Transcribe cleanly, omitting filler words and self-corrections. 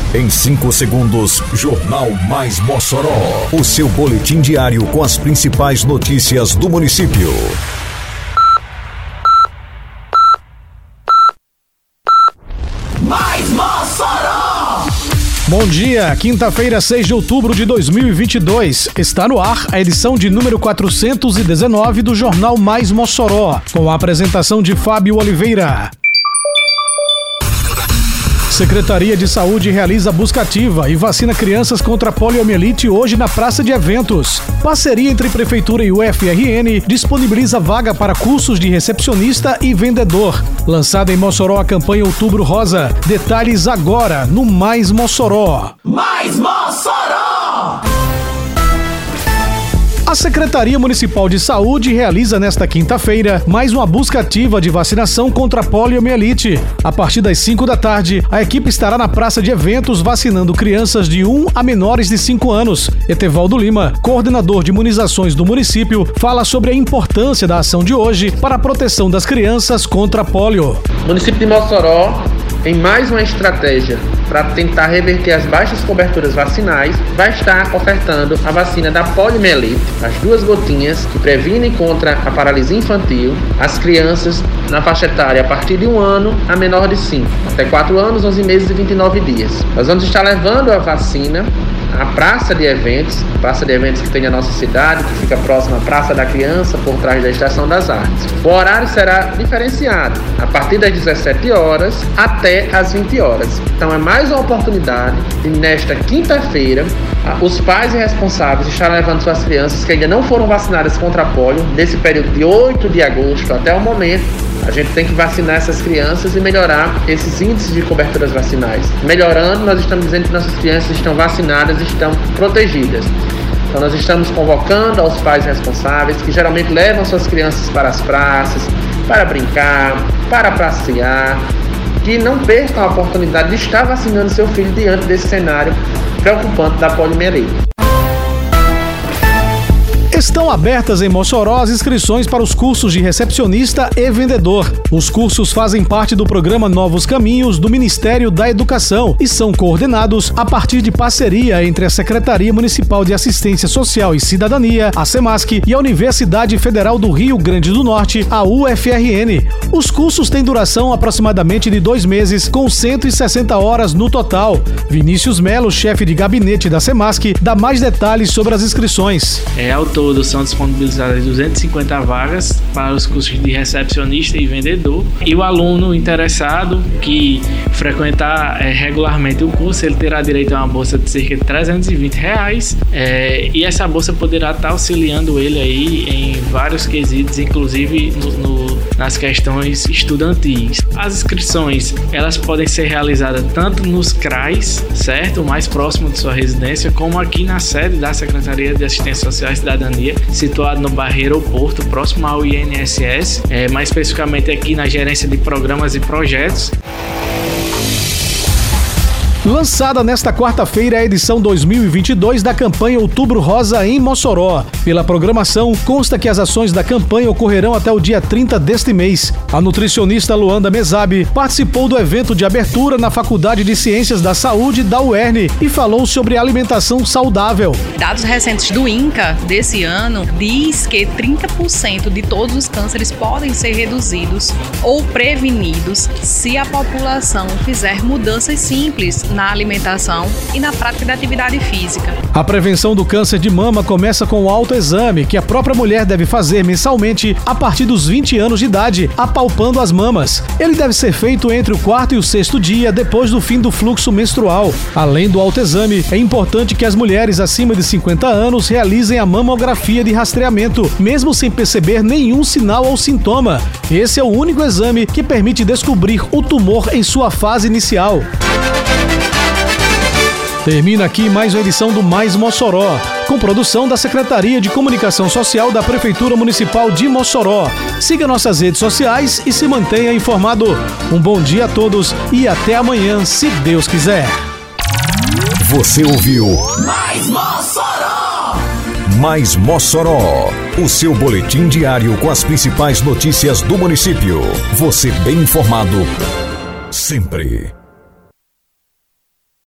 Em 5 segundos, Jornal Mais Mossoró. O seu boletim diário com as principais notícias do município. Mais Mossoró! Bom dia, quinta-feira, 6 de outubro de 2022. Está no ar a edição de número 419 do Jornal Mais Mossoró, com a apresentação de Fábio Oliveira. Secretaria de Saúde realiza busca ativa e vacina crianças contra poliomielite hoje na Praça de Eventos. Parceria entre Prefeitura e UFRN disponibiliza vaga para cursos de recepcionista e vendedor. Lançada em Mossoró a campanha Outubro Rosa. Detalhes agora no Mais Mossoró. Mais Mossoró! A Secretaria Municipal de Saúde realiza nesta quinta-feira mais uma busca ativa de vacinação contra a poliomielite. A partir das 5 da tarde, a equipe estará na Praça de Eventos vacinando crianças de 1 a menores de 5 anos. Etevaldo Lima, coordenador de imunizações do município, fala sobre a importância da ação de hoje para a proteção das crianças contra a polio. O município de Mossoró, em mais uma estratégia para tentar reverter as baixas coberturas vacinais, vai estar ofertando a vacina da poliomielite, as 2 gotinhas que previnem contra a paralisia infantil, as crianças na faixa etária a partir de 1 ano a menor de 5, até 4 anos, 11 meses e 29 dias. Nós vamos estar levando a vacina à praça de eventos que tem a nossa cidade, que fica próxima à Praça da Criança, por trás da Estação das Artes. O horário será diferenciado, a partir das 17 horas até as 20 horas. Então é mais uma oportunidade de, nesta quinta-feira, os pais e responsáveis estarem levando suas crianças que ainda não foram vacinadas contra a polio, nesse período de 8 de agosto até o momento. A gente tem que vacinar essas crianças e melhorar esses índices de coberturas vacinais. Melhorando, nós estamos dizendo que nossas crianças estão vacinadas e estão protegidas. Então nós estamos convocando aos pais responsáveis que geralmente levam suas crianças para as praças, para brincar, para passear, que não percam a oportunidade de estar vacinando seu filho diante desse cenário preocupante da poliomielite. Estão abertas em Mossoró as inscrições para os cursos de recepcionista e vendedor. Os cursos fazem parte do programa Novos Caminhos do Ministério da Educação e são coordenados a partir de parceria entre a Secretaria Municipal de Assistência Social e Cidadania, a SEMASC, e a Universidade Federal do Rio Grande do Norte, a UFRN. Os cursos têm duração aproximadamente de 2 meses, com 160 horas no total. Vinícius Melo, chefe de gabinete da SEMASC, dá mais detalhes sobre as inscrições. Ao todo são disponibilizadas 250 vagas para os cursos de recepcionista e vendedor, e o aluno interessado que frequentar regularmente o curso, ele terá direito a uma bolsa de cerca de R$320, e essa bolsa poderá estar auxiliando ele aí em vários quesitos, inclusive nas questões estudantis. As inscrições, elas podem ser realizadas tanto nos CRAs, certo, o mais próximo de sua residência, como aqui na sede da Secretaria de Assistência Social e Cidadania, situado no bairro Aeroporto, próximo ao INSS, mais especificamente aqui na Gerência de Programas e Projetos. Lançada nesta quarta-feira a edição 2022 da campanha Outubro Rosa em Mossoró. Pela programação, consta que as ações da campanha ocorrerão até o dia 30 deste mês. A nutricionista Luanda Mezabi participou do evento de abertura na Faculdade de Ciências da Saúde da UERN e falou sobre alimentação saudável. Dados recentes do INCA desse ano diz que 30% de todos os cânceres podem ser reduzidos ou prevenidos se a população fizer mudanças simples na alimentação e na prática da atividade física. A prevenção do câncer de mama começa com o autoexame que a própria mulher deve fazer mensalmente a partir dos 20 anos de idade, apalpando as mamas. Ele deve ser feito entre o 4º e o 6º dia depois do fim do fluxo menstrual. Além do autoexame, é importante que as mulheres acima de 50 anos realizem a mamografia de rastreamento, mesmo sem perceber nenhum sinal ou sintoma. Esse é o único exame que permite descobrir o tumor em sua fase inicial. Termina aqui mais uma edição do Mais Mossoró, com produção da Secretaria de Comunicação Social da Prefeitura Municipal de Mossoró. Siga nossas redes sociais e se mantenha informado. Um bom dia a todos e até amanhã, se Deus quiser. Você ouviu Mais Mossoró! Mais Mossoró, o seu boletim diário com as principais notícias do município. Você bem informado sempre.